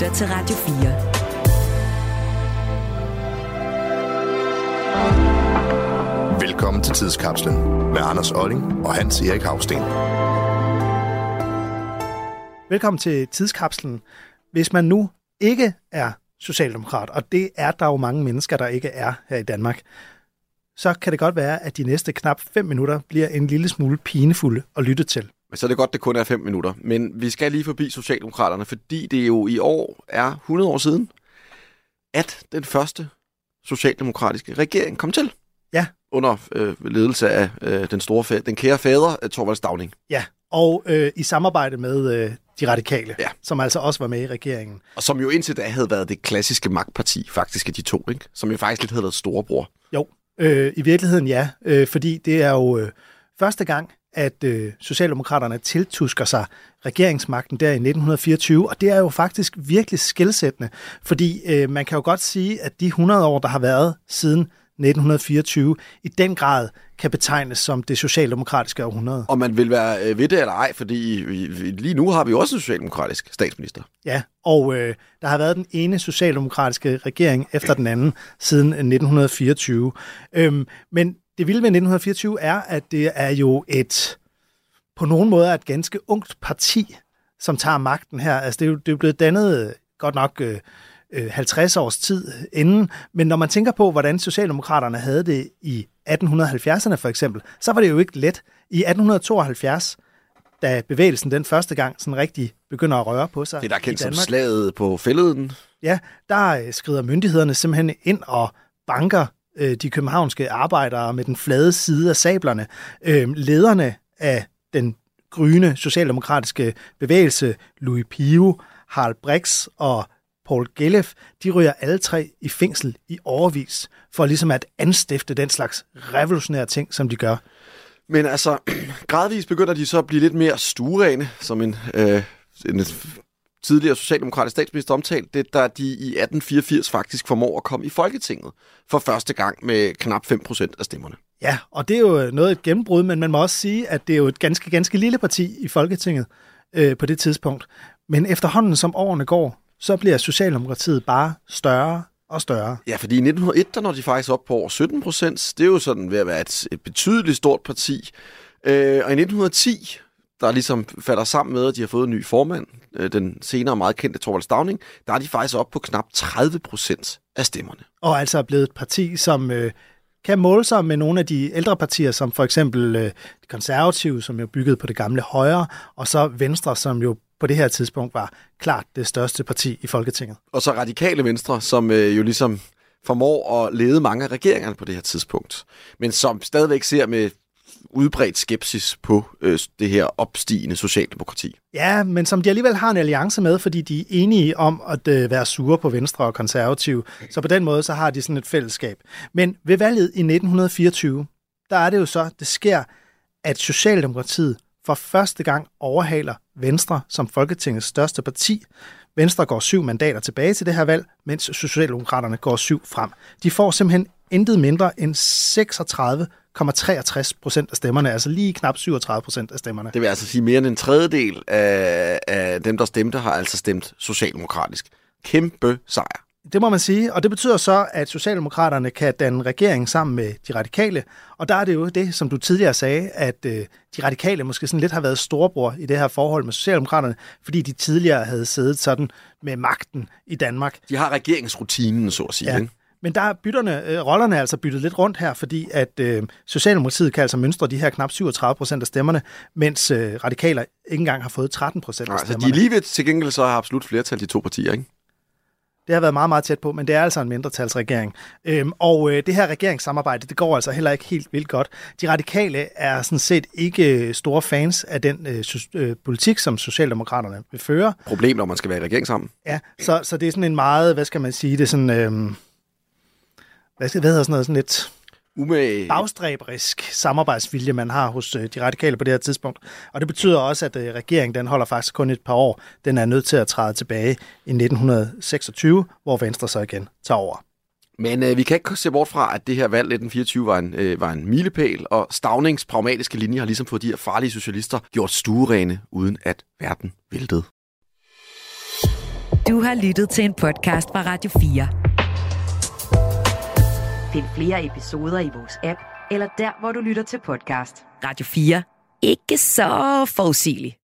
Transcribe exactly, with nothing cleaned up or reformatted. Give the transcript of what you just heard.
lytter til Radio fire. Velkommen til Tidskapslen med Anders Olling og Hans Erik Hausten. Velkommen til Tidskapslen. Hvis man nu ikke er socialdemokrat, og det er der jo mange mennesker, der ikke er her i Danmark, så kan det godt være, at de næste knap fem minutter bliver en lille smule pinefulde at lytte til. Så er det godt, det kun er fem minutter. Men vi skal lige forbi Socialdemokraterne, fordi det jo i år er hundrede år siden, at den første socialdemokratiske regering kom til. Ja. Under øh, ledelse af øh, den store fa- den kære fader, Thorvald Stauning. Ja, og øh, i samarbejde med øh, de radikale, ja. som altså også var med i regeringen. Og som jo indtil da havde været det klassiske magtparti, faktisk af de to, ikke? Som jo faktisk lidt havde været storebror. Jo, øh, i virkeligheden ja, øh, fordi det er jo øh, første gang, at øh, Socialdemokraterne tiltusker sig regeringsmagten der i nitten fireogtyve, og det er jo faktisk virkelig skelsættende, fordi øh, man kan jo godt sige, at de hundrede år, der har været siden nitten fireogtyve, i den grad kan betegnes som det socialdemokratiske århundrede. Og man vil være ved det eller ej, fordi vi, vi, lige nu har vi jo også en socialdemokratisk statsminister. Ja, og øh, der har været den ene socialdemokratiske regering efter den anden siden nitten fireogtyve. Øhm, men det vilde ved nitten fireogtyve er, at det er jo et, på nogen måde et ganske ungt parti, som tager magten her. Altså det er jo, det er jo blevet dannet godt nok øh, halvtreds års tid inden, men når man tænker på, hvordan Socialdemokraterne havde det i atten halvfjerdserne for eksempel, så var det jo ikke let. I atten tooghalvfjerds, da bevægelsen den første gang sådan rigtig begynder at røre på sig. Det der er kendt som slaget på Fælleden. Ja, der skrider myndighederne simpelthen ind og banker øh, de københavnske arbejdere med den flade side af sablerne. Øh, lederne af den gryende socialdemokratiske bevægelse, Louis Pio, Harald Brix og Poul Gellef, de ryger alle tre i fængsel i årevis, for ligesom at anstifte den slags revolutionære ting, som de gør. Men altså, gradvist begynder de så at blive lidt mere stuerene, som en, øh, en tidligere socialdemokratisk statsminister omtalte det, da de i atten fireogfirs faktisk formår at komme i Folketinget for første gang med knap fem procent af stemmerne. Ja, og det er jo noget et gennembrud, men man må også sige, at det er jo et ganske, ganske lille parti i Folketinget øh, på det tidspunkt. Men efterhånden, som årene går, så bliver Socialdemokratiet bare større og større. Ja, fordi i nitten hundrede og et, der når de faktisk op på over sytten procent. Det er jo sådan ved at være et, et betydeligt stort parti. Øh, og i nitten hundrede og ti, der ligesom falder sammen med, at de har fået en ny formand, øh, den senere meget kendte Thorvald Stauning, der er de faktisk op på knap tredive procent af stemmerne. Og altså er blevet et parti, som øh, kan måle sig med nogle af de ældre partier, som for eksempel øh, de konservative, som jo byggede på det gamle Højre, og så Venstre, som jo på det her tidspunkt var klart det største parti i Folketinget. Og så Radikale Venstre, som øh, jo ligesom formår at lede mange af regeringerne på det her tidspunkt, men som stadigvæk ser med udbredt skepsis på øh, det her opstigende socialdemokrati. Ja, men som de alligevel har en alliance med, fordi de er enige om at øh, være sure på Venstre og konservative. Så på den måde, så har de sådan et fællesskab. Men ved valget i nitten fireogtyve, der er det jo så, det sker, at Socialdemokratiet for første gang overhaler Venstre som Folketingets største parti. Venstre går syv mandater tilbage til det her valg, mens Socialdemokraterne går syv frem. De får simpelthen intet mindre end seksogtredive komma treogtres procent af stemmerne, altså lige knap syvogtredive procent af stemmerne. Det vil altså sige, mere end en tredjedel af, af dem, der stemte, har altså stemt socialdemokratisk. Kæmpe sejr. Det må man sige, og det betyder så, at Socialdemokraterne kan danne regering sammen med de radikale, og der er det jo det, som du tidligere sagde, at øh, de radikale måske sådan lidt har været storebror i det her forhold med Socialdemokraterne, fordi de tidligere havde siddet sådan med magten i Danmark. De har regeringsrutinen, så at sige. Ja. Ikke? Men der er bytterne, øh, rollerne er altså byttet lidt rundt her, fordi at øh, Socialdemokratiet kan altså mønstre de her knap syvogtredive procent af stemmerne, mens øh, radikaler ikke engang har fået tretten procent af stemmerne. Altså, de er lige ved til gengæld så har absolut flertal de to partier, ikke? Det har været meget, meget tæt på, men det er altså en mindretalsregering. Øhm, og øh, det her regeringssamarbejde, det går altså heller ikke helt vildt godt. De radikale er sådan set ikke store fans af den øh, øh, politik, som Socialdemokraterne vil føre. Problem, når man skal være i regering sammen. Ja, så, så det er sådan en meget, hvad skal man sige, det er sådan, øh, hvad, skal, hvad hedder sådan noget, sådan lidt Umage. bagstræberisk samarbejdsvilje, man har hos øh, de radikale på det her tidspunkt. Og det betyder også, at øh, regeringen, den holder faktisk kun et par år. Den er nødt til at træde tilbage i nitten seksogtyve, hvor Venstre så igen tager over. Men øh, vi kan ikke se bort fra, at det her valg nitten fireogtyve var en, øh, var en milepæl, og Staunings pragmatiske linje har ligesom fået de her farlige socialister gjort stuerene, uden at verden væltede. Du har lyttet til en podcast fra Radio fire. Find flere episoder i vores app, eller der, hvor du lytter til podcast. Radio fire. Ikke så forudsigeligt.